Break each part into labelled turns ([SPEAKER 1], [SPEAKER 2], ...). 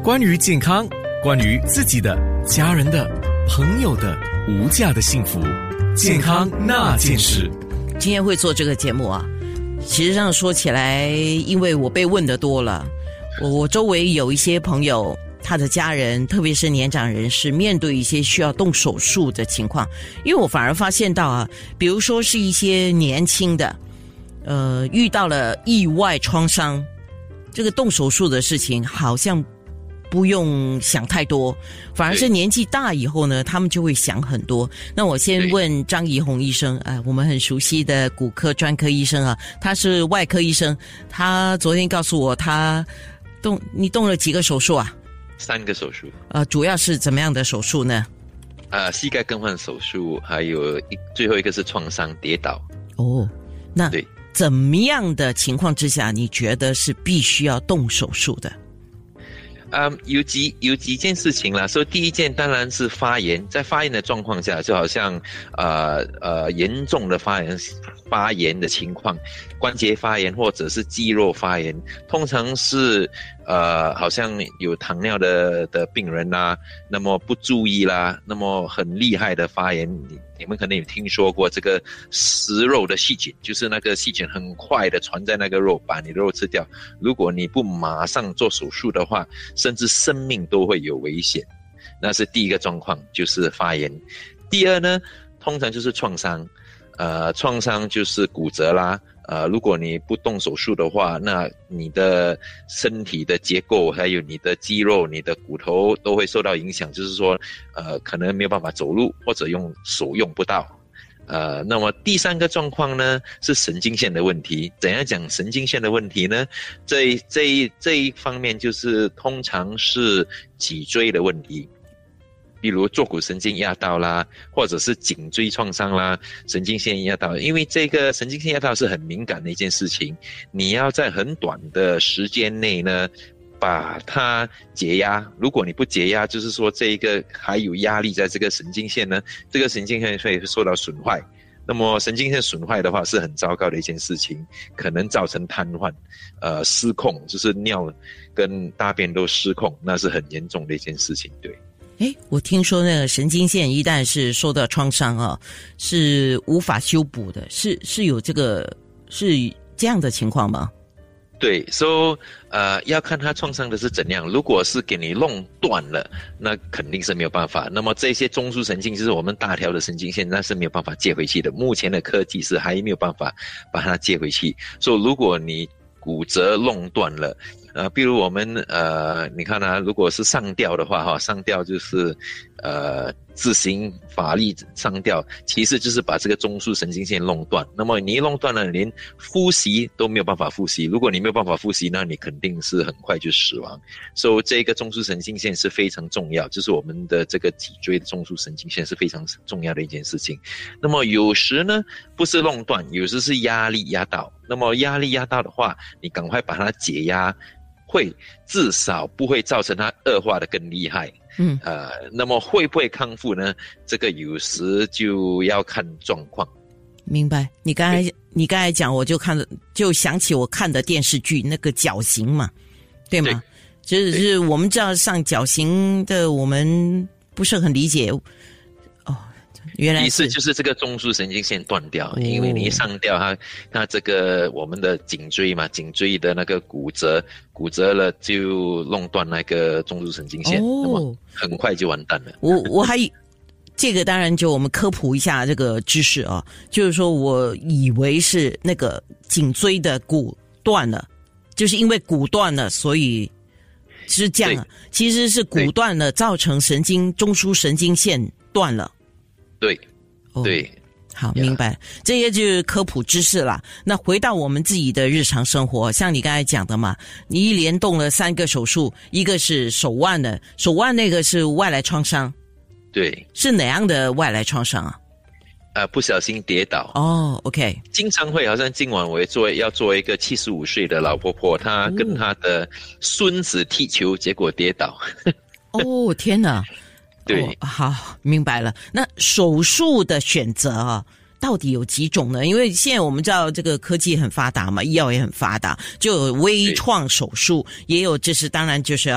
[SPEAKER 1] 关于健康，关于自己的、家人的、朋友的无价的幸福，健康那件事。
[SPEAKER 2] 今天会做这个节目啊，其实上说起来，因为我被问的多了，我周围有一些朋友，他的家人，特别是年长人士，面对一些需要动手术的情况，因为我反而发现到啊，比如说是一些年轻的，遇到了意外创伤，这个动手术的事情好像不用想太多，反而是年纪大以后呢，他们就会想很多。那我先问张怡红医生，我们很熟悉的骨科专科医生啊，他是外科医生，他昨天告诉我，你动了几个手术啊？3
[SPEAKER 3] 个手术。
[SPEAKER 2] 主要是怎么样的手术呢？
[SPEAKER 3] 膝盖更换手术，还有最后一个是创伤跌倒。
[SPEAKER 2] 哦，那
[SPEAKER 3] 对，
[SPEAKER 2] 怎么样的情况之下，你觉得是必须要动手术的？
[SPEAKER 3] 有几件事情啦。所以第一件当然是发炎，在发炎的状况下，就好像严重的发炎的情况，关节发炎或者是肌肉发炎，通常是好像有糖尿的病人啦，那么不注意啦，那么很厉害的发炎，你们可能有听说过这个食肉的细菌，就是那个细菌很快的传在那个肉，把你的肉吃掉。如果你不马上做手术的话，甚至生命都会有危险。那是第一个状况，就是发炎。第二呢，通常就是创伤，创伤就是骨折啦。如果你不动手术的话，那你的身体的结构还有你的肌肉、你的骨头都会受到影响，就是说可能没有办法走路，或者用手用不到。那么第三个状况呢，是神经线的问题。怎样讲神经线的问题呢？这一方面就是通常是脊椎的问题，比如坐骨神经压到啦，或者是颈椎创伤啦，神经线压到。因为这个神经线压到是很敏感的一件事情，你要在很短的时间内呢把它解压。如果你不解压，就是说这一个还有压力在这个神经线呢，这个神经线会受到损坏。那么神经线损坏的话是很糟糕的一件事情，可能造成瘫痪，失控，就是尿跟大便都失控，那是很严重的一件事情。对。
[SPEAKER 2] 我听说那个神经线一旦是受到创伤啊，是无法修补的，是有这样的情况吗？
[SPEAKER 3] 对，所以要看它创伤的是怎样。如果是给你弄断了，那肯定是没有办法。那么这些中枢神经就是我们大条的神经线，那是没有办法接回去的。目前的科技是还没有办法把它接回去。所以如果你骨折弄断了，比如我们你看啊，如果是上吊的话上吊就是自行法力上吊，其实就是把这个中枢神经线弄断。那么你一弄断了，连呼吸都没有办法呼吸。如果你没有办法呼吸，那你肯定是很快就死亡。所以这个中枢神经线是非常重要，就是我们的这个脊椎的中枢神经线是非常重要的一件事情。那么有时呢不是弄断，有时是压力压到。那么压力压到的话，你赶快把它解压，会至少不会造成它恶化的更厉害。那么会不会康复呢？这个有时就要看状况。
[SPEAKER 2] 明白。你刚才讲，我就想起我看的电视剧那个绞刑嘛，对吗？就是我们知道上绞刑的，我们不是很理解。原来
[SPEAKER 3] 意思就是这个中枢神经线断掉，因为你一上吊它这个我们的颈椎嘛，颈椎的那个骨折了就弄断那个中枢神经线，那么很快就完蛋了。
[SPEAKER 2] 我还这个当然就我们科普一下这个知识啊，就是说我以为是那个颈椎的骨断了，就是因为骨断了，所以是这样啊。其实是骨断了造成中枢神经线断了。对，好，明白。这些就是科普知识啦。那回到我们自己的日常生活，像你刚才讲的嘛，你一连动了3个手术，一个是手腕的，手腕那个是外来创伤。
[SPEAKER 3] 对，
[SPEAKER 2] 是哪样的外来创伤啊？
[SPEAKER 3] 不小心跌倒。
[SPEAKER 2] OK。
[SPEAKER 3] 经常会，好像今晚我要做一个75岁的老婆婆，她跟她的孙子踢球，结果跌倒。
[SPEAKER 2] 天哪！
[SPEAKER 3] 对，
[SPEAKER 2] 好，明白了。那手术的选择到底有几种呢？因为现在我们知道这个科技很发达嘛，医药也很发达，就有微创手术，也有当然就是要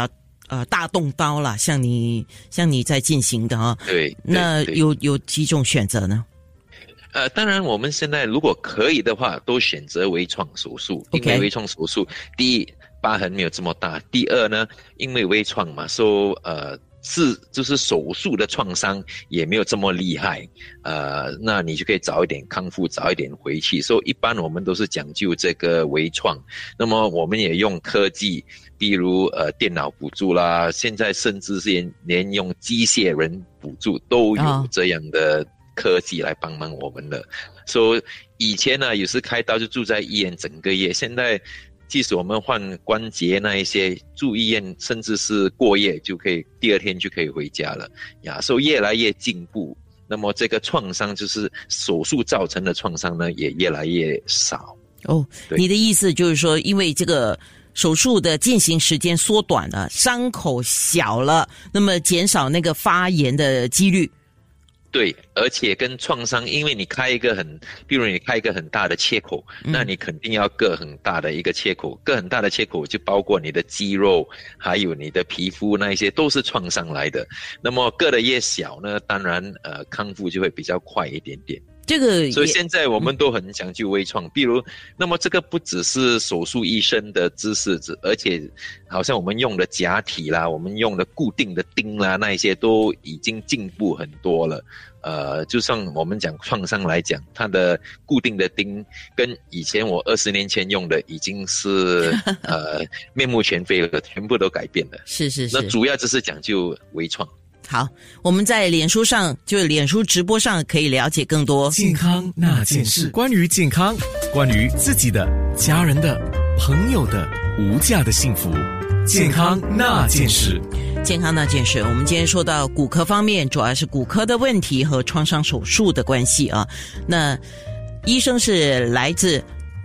[SPEAKER 2] 大动刀啦，像你在进行的啊。
[SPEAKER 3] 对，
[SPEAKER 2] 那有几种选择呢？
[SPEAKER 3] 当然我们现在如果可以的话，都选择微创手术，因为微创手术，第一疤痕没有这么大，第二呢，因为微创嘛，就是手术的创伤也没有这么厉害，那你就可以早一点康复，早一点回去。所以一般我们都是讲究这个微创，那么我们也用科技，比如电脑辅助啦，现在甚至是连用机械人辅助都有这样的科技来帮忙我们的。所以以前呢，有时开刀就住在医院整个夜，现在即使我们换关节那一些住医院，甚至是过夜就可以，第二天就可以回家了呀。所以越来越进步，那么这个创伤就是手术造成的创伤呢，也越来越少。
[SPEAKER 2] 你的意思就是说，因为这个手术的进行时间缩短了，伤口小了，那么减少那个发炎的几率。
[SPEAKER 3] 对，而且跟创伤，因为你开一个比如你开一个很大的切口，那你肯定要割很大的一个切口，割很大的切口就包括你的肌肉，还有你的皮肤，那一些都是创伤来的。那么割的越小呢，当然康复就会比较快一点点。所以现在我们都很讲究微创，比如，那么这个不只是手术医生的知识，而且好像我们用的假体啦，我们用的固定的钉啦，那一些都已经进步很多了。就像我们讲创伤来讲，它的固定的钉跟以前我20年前用的已经是面目全非了，全部都改变了。
[SPEAKER 2] 是。
[SPEAKER 3] 那主要就是讲究微创。
[SPEAKER 2] 好，我们在脸书上，就是脸书直播上可以了解更多
[SPEAKER 1] 健康那件事，关于健康，关于自己的、家人的、朋友的无价的幸福。健康那件事，
[SPEAKER 2] 健康那件事，我们今天说到骨科方面，主要是骨科的问题和创伤手术的关系啊。那医生是来自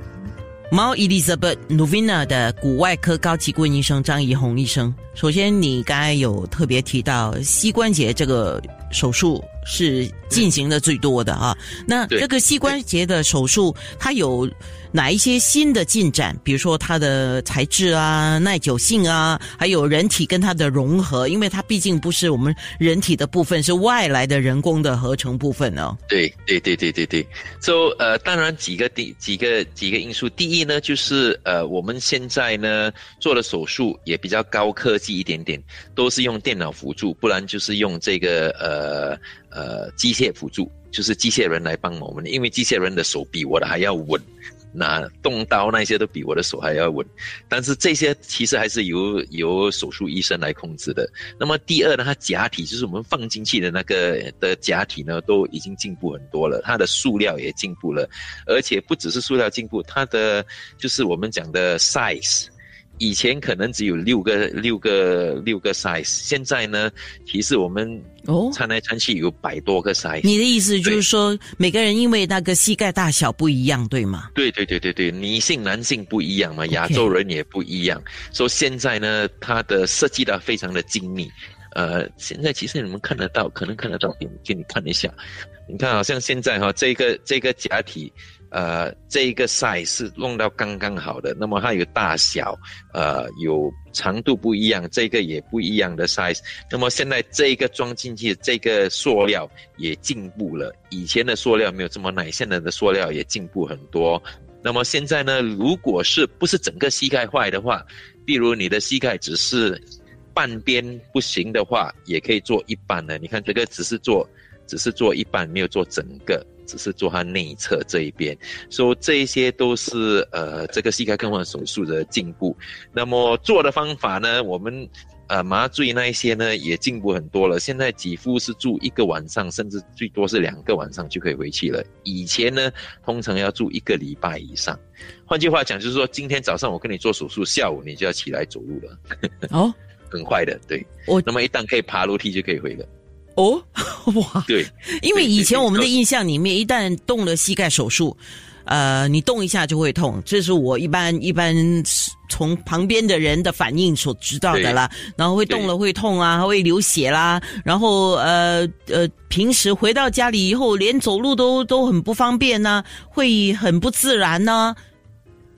[SPEAKER 2] Mount Elizabeth Novena 的骨外科高级顾问医生张怡红医生。首先，你刚才有特别提到膝关节这个手术是进行的最多的啊。那这个膝关节的手术，它有哪一些新的进展？比如说它的材质啊、耐久性啊，还有人体跟它的融合，因为它毕竟不是我们人体的部分，是外来的人工的合成部分哦。
[SPEAKER 3] 对。So 当然几个因素，第一呢就是我们现在呢做的手术也比较高科技一点点，都是用电脑辅助，不然就是用这个机械辅助，就是机械人来帮我们，因为机械人的手比我的还要稳，那动刀那些都比我的手还要稳，但是这些其实还是由手术医生来控制的。那么第二呢，它假体就是我们放进去的那个的假体呢，都已经进步很多了，它的塑料也进步了，而且不只是塑料进步，它的就是我们讲的 size。以前可能只有六个 size， 现在呢，其实我们掺来掺去有100多个 size。
[SPEAKER 2] 你的意思就是说，每个人因为那个膝盖大小不一样，对吗？
[SPEAKER 3] 对，女性男性不一样嘛，亚洲人也不一样，所以现在呢，它的设计得非常的精密。现在其实你们看得到，可能看得到，给你看一下。你看，好像现在这个假体。这一个 size 是弄到刚刚好的，那么它有大小，有长度不一样，这个也不一样的 size。那么现在这个装进去，这个塑料也进步了，以前的塑料没有这么耐，现在的塑料也进步很多。那么现在呢，如果是不是整个膝盖坏的话，比如你的膝盖只是半边不行的话，也可以做一半的。你看这个只是做一半，没有做整个。只是做它内侧这一边，所以这一些都是这个膝盖更换手术的进步。那么做的方法呢，我们麻醉那一些呢也进步很多了。现在几乎是住1个晚上，甚至最多是2个晚上就可以回去了。以前呢，通常要住1个礼拜以上。换句话讲，就是说今天早上我跟你做手术，下午你就要起来走路了。很快的，对。那么一旦可以爬楼梯就可以回了。
[SPEAKER 2] 哇，
[SPEAKER 3] 对，
[SPEAKER 2] 因为以前我们的印象里面，一旦动了膝盖手术，你动一下就会痛，这是我一般从旁边的人的反应所知道的啦。然后会动了会痛啊，会流血啦，然后平时回到家里以后，连走路都很不方便啊，会很不自然啊。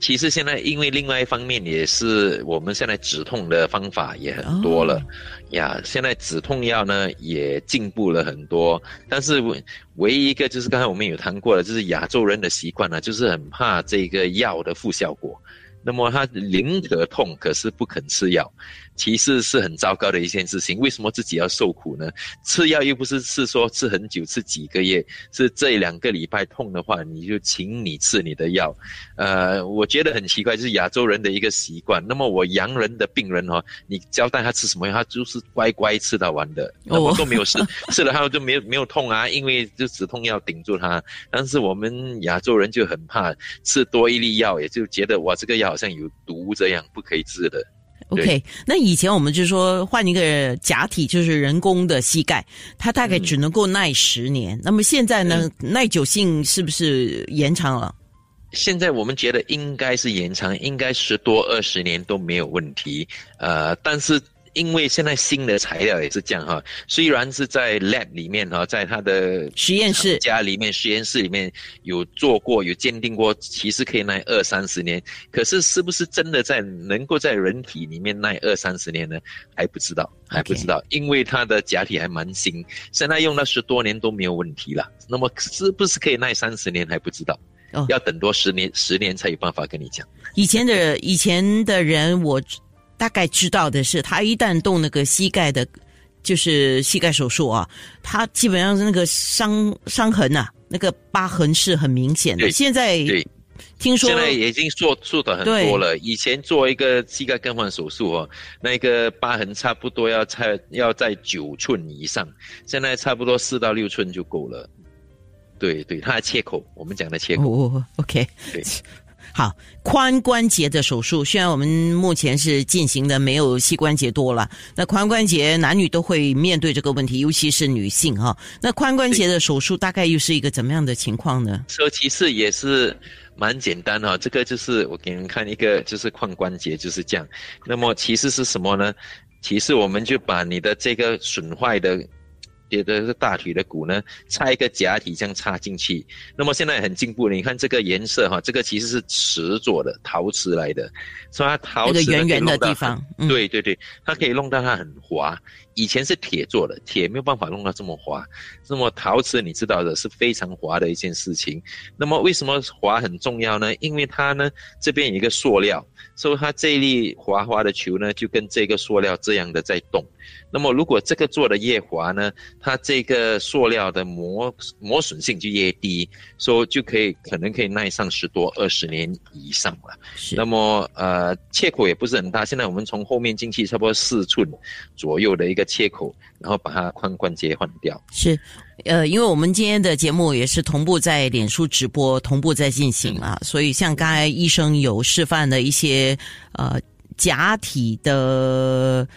[SPEAKER 3] 其实现在因为另外一方面也是我们现在止痛的方法也很多了呀，现在止痛药呢也进步了很多，但是唯一一个就是刚才我们有谈过了，就是亚洲人的习惯呢，就是很怕这个药的副效果。那么他宁可痛，可是不肯吃药，其实是很糟糕的一件事情。为什么自己要受苦呢？吃药又不是说吃很久，吃几个月，是这2个礼拜痛的话，你就请你吃你的药。我觉得很奇怪，就是亚洲人的一个习惯。那么我洋人的病人你交代他吃什么药，他就是乖乖吃到完的，那么都没有事，吃了他就没有痛啊，因为就止痛药顶住他。但是我们亚洲人就很怕吃多一粒药，也就觉得哇，这个药好像有毒，这样不可以治的。
[SPEAKER 2] OK， 那以前我们就说换一个假体，就是人工的膝盖，它大概只能够耐10年。那么现在呢，耐久性是不是延长了？
[SPEAKER 3] 现在我们觉得应该是延长，应该10多20年都没有问题。但是因为现在新的材料也是这样虽然是在 lab 里面在他的
[SPEAKER 2] 实验室
[SPEAKER 3] 家里面实验室里面有做过有鉴定过，其实可以耐20-30年，可是是不是真的能够在人体里面耐20-30年呢？还不知道，因为它的假体还蛮新，现在用到10多年都没有问题了。那么是不是可以耐30年还不知道。要等多10年才有办法跟你讲。以前
[SPEAKER 2] 的人我大概知道的是，他一旦动那个膝盖的，就是膝盖手术他基本上是那个伤痕那个疤痕是很明显的。现在听说
[SPEAKER 3] 现在已经做的很多了。以前做一个膝盖更换手术那个疤痕差不多要在9寸以上，现在差不多4到6寸就够了。对，它的切口，我们讲的切口。
[SPEAKER 2] OK， 对。好，髋关节的手术，虽然我们目前是进行的没有膝关节多了，那髋关节男女都会面对这个问题，尤其是女性那髋关节的手术大概又是一个怎么样的情况呢？
[SPEAKER 3] 其实也是蛮简单这个就是我给你们看一个，就是髋关节就是这样。那么其实是什么呢？其实我们就把你的这个损坏的大腿的骨呢，插一个假体这样插进去。那么现在很进步了，你看这个颜色这个其实是瓷做的，陶瓷来的，所以它陶瓷那个
[SPEAKER 2] 圆圆的地方，
[SPEAKER 3] 对，它可以弄到它很滑。以前是铁做的，铁没有办法弄到这么滑。那么陶瓷你知道的是非常滑的一件事情。那么为什么滑很重要呢？因为它呢这边有一个塑料，所以它这一粒滑滑的球呢就跟这个塑料这样的在动。那么如果这个做的越滑呢，它这个塑料的磨损性就越低，所以就可能可以耐上10多20年以上了。那么切口也不是很大，现在我们从后面进去差不多4寸左右的一个切口，然后把它髋关节换掉。
[SPEAKER 2] 是因为我们今天的节目也是同步在脸书直播同步在进行所以像刚才医生有示范的一些假体的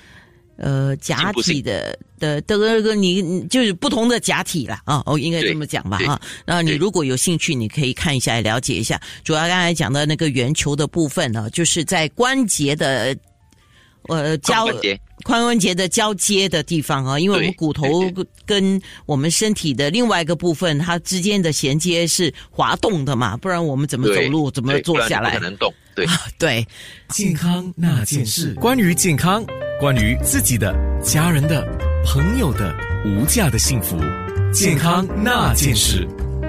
[SPEAKER 2] 你就是不同的假体啦应该这么讲吧然后你如果有兴趣，你可以看一下了解一下。主要刚才讲的那个圆球的部分就是在关节的髋关节的交接的地方因为我们骨头跟我们身体的另外一个部分它之间的衔接是滑动的嘛，不然我们怎么走路怎么坐下来，
[SPEAKER 3] 不可能动。
[SPEAKER 2] 对，
[SPEAKER 1] 健康那件事，关于健康，关于自己的、家人的、朋友的无价的幸福，健康那件事。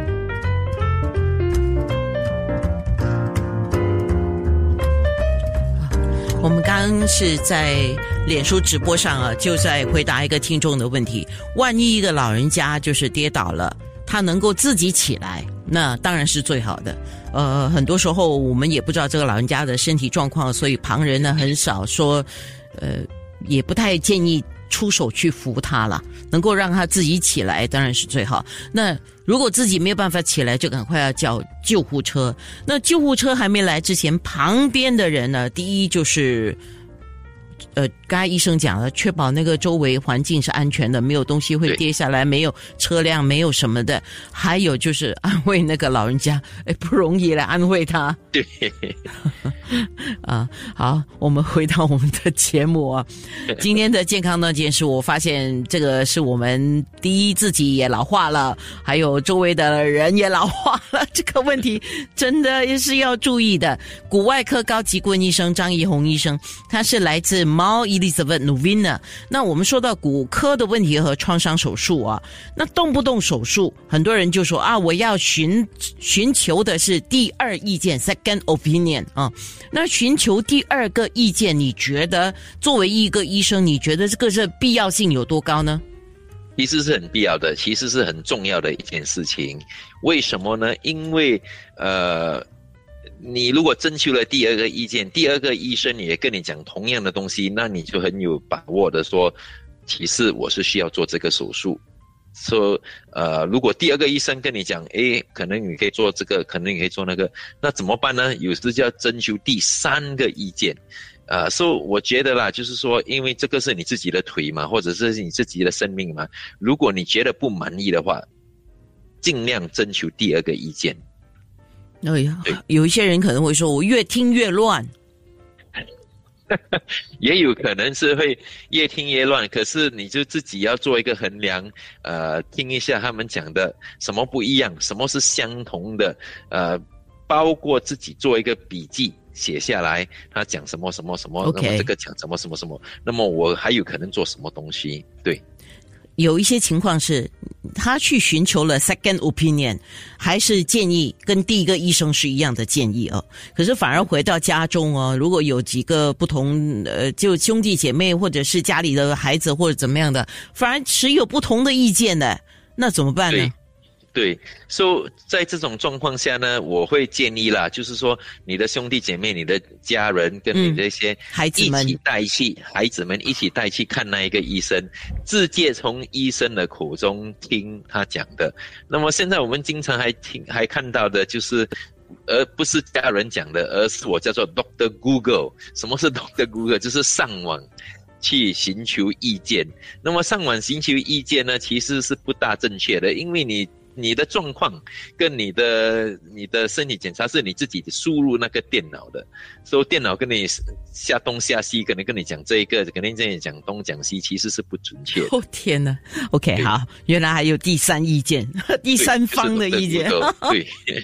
[SPEAKER 2] 我们刚刚是在脸书直播上就在回答一个听众的问题，万一一个老人家就是跌倒了，他能够自己起来，那当然是最好的。很多时候我们也不知道这个老人家的身体状况，所以旁人呢很少说也不太建议出手去扶他了，能够让他自己起来当然是最好。那如果自己没有办法起来，就赶快要叫救护车。那救护车还没来之前，旁边的人呢，第一就是刚才医生讲了，确保那个周围环境是安全的，没有东西会跌下来，没有车辆，没有什么的。还有就是安慰那个老人家，不容易来安慰他。
[SPEAKER 3] 对，
[SPEAKER 2] 好，我们回到我们的节目啊。今天的健康那件事，我发现这个是我们第一自己也老化了，还有周围的人也老化了，这个问题真的也是要注意的。骨外科高级顾问医生张怡红医生，他是来自 Mount Elizabeth Novena。那我们说到骨科的问题和创伤手术啊，那动不动手术，很多人就说我要寻求的是第二意见 second opinion 啊。那寻求第二个意见，你觉得作为一个医生，你觉得这个是必要性有多高呢？
[SPEAKER 3] 其实是很必要的，其实是很重要的一件事情。为什么呢？因为你如果征求了第二个意见，第二个医生也跟你讲同样的东西，那你就很有把握的说，其实我是需要做这个手术。说如果第二个医生跟你讲，可能你可以做这个，可能你可以做那个，那怎么办呢？有时就要征求第三个意见。我觉得啦，就是说，因为这个是你自己的腿嘛，或者是你自己的生命嘛，如果你觉得不满意的话，尽量征求第二个意见。
[SPEAKER 2] 有一些人可能会说，我越听越乱。
[SPEAKER 3] 也有可能是会越听越乱，可是你就自己要做一个衡量，听一下他们讲的什么不一样，什么是相同的，包括自己做一个笔记写下来，他讲什么什么什么，
[SPEAKER 2] okay.
[SPEAKER 3] 那么这个讲什么什么什么，那么我还有可能做什么东西，对。
[SPEAKER 2] 有一些情况是他去寻求了 second opinion， 还是建议跟第一个医生是一样的建议哦。可是反而回到家中哦，如果有几个不同就兄弟姐妹或者是家里的孩子或者怎么样的，反而持有不同的意见的，那怎么办呢？
[SPEAKER 3] 对，在这种状况下呢，我会建议啦，就是说你的兄弟姐妹、你的家人跟你的一些
[SPEAKER 2] 孩子们
[SPEAKER 3] 孩子们一起带去看那一个医生，直接从医生的口中听他讲的。那么现在我们经常还看到的就是，而不是家人讲的，而是我叫做 Dr. Google。什么是 Dr. Google？ 就是上网去寻求意见。那么上网寻求意见呢，其实是不大正确的，因为你的状况跟你的身体检查是你自己输入那个电脑的，所以电脑跟你下东下西，可能跟你讲这一个，可能跟你讲东讲西，其实是不准确的。
[SPEAKER 2] 天哪 OK 好，原来还有第三意见，第三方的意见。
[SPEAKER 3] 对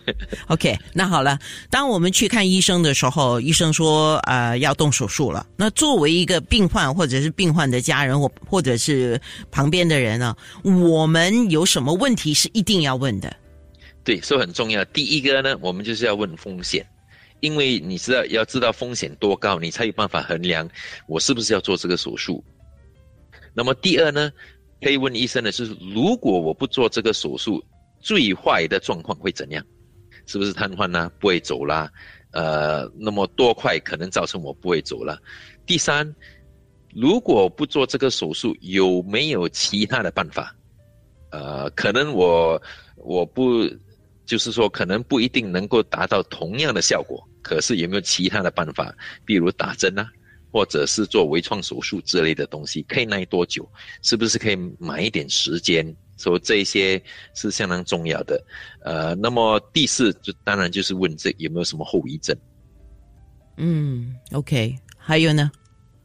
[SPEAKER 2] OK 那好了，当我们去看医生的时候，医生说要动手术了，那作为一个病患或者是病患的家人或者是旁边的人啊，我们有什么问题是一定要问的？
[SPEAKER 3] 对，所以很重要。第一个呢，我们就是要问风险，因为你要知道风险多高，你才有办法衡量我是不是要做这个手术。那么第二呢，可以问医生的是，如果我不做这个手术，最坏的状况会怎样？是不是瘫痪啦，不会走啦？那么多块可能造成我不会走了。第三，如果不做这个手术，有没有其他的办法？可能我不就是说，可能不一定能够达到同样的效果，可是有没有其他的办法，比如打针啊，或者是做微创手术之类的东西，可以耐多久？是不是可以买一点时间？所以这些是相当重要的。那么第四就当然就是问这有没有什么后遗症。
[SPEAKER 2] OK 还有呢？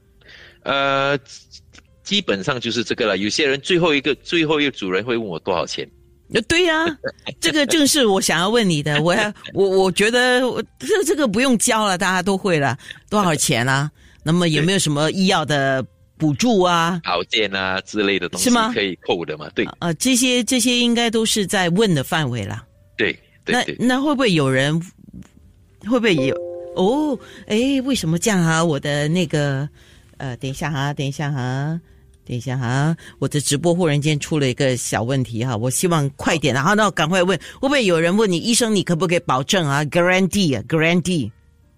[SPEAKER 3] 基本上就是这个了。有些人最后一个主人会问我多少钱。
[SPEAKER 2] 对呀，这个正是我想要问你的。我觉得这个不用教了，大家都会了。多少钱啊？那么有没有什么医药的补助啊、
[SPEAKER 3] 保健啊之类的东西
[SPEAKER 2] 是吗？
[SPEAKER 3] 可以扣的嘛？对。
[SPEAKER 2] 这些应该都是在问的范围啦。
[SPEAKER 3] 对。
[SPEAKER 2] 那会不会有人会不会有为什么这样啊？我的那个等一下哈，我的直播忽然间出了一个小问题哈，我希望快点，然后那我赶快问，会不会有人问你，医生你可不可以保证啊 guarantee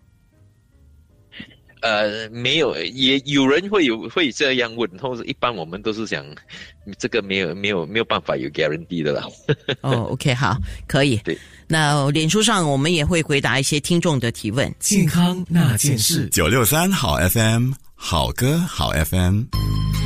[SPEAKER 3] 没有，也有人会这样问，或者一般我们都是讲这个没有办法有 guarantee 的啦。
[SPEAKER 2] OK 好，可以。
[SPEAKER 3] 对，
[SPEAKER 2] 那脸书上我们也会回答一些听众的提问。
[SPEAKER 1] 健康那件事，963好 FM。
[SPEAKER 4] 好歌好 FM。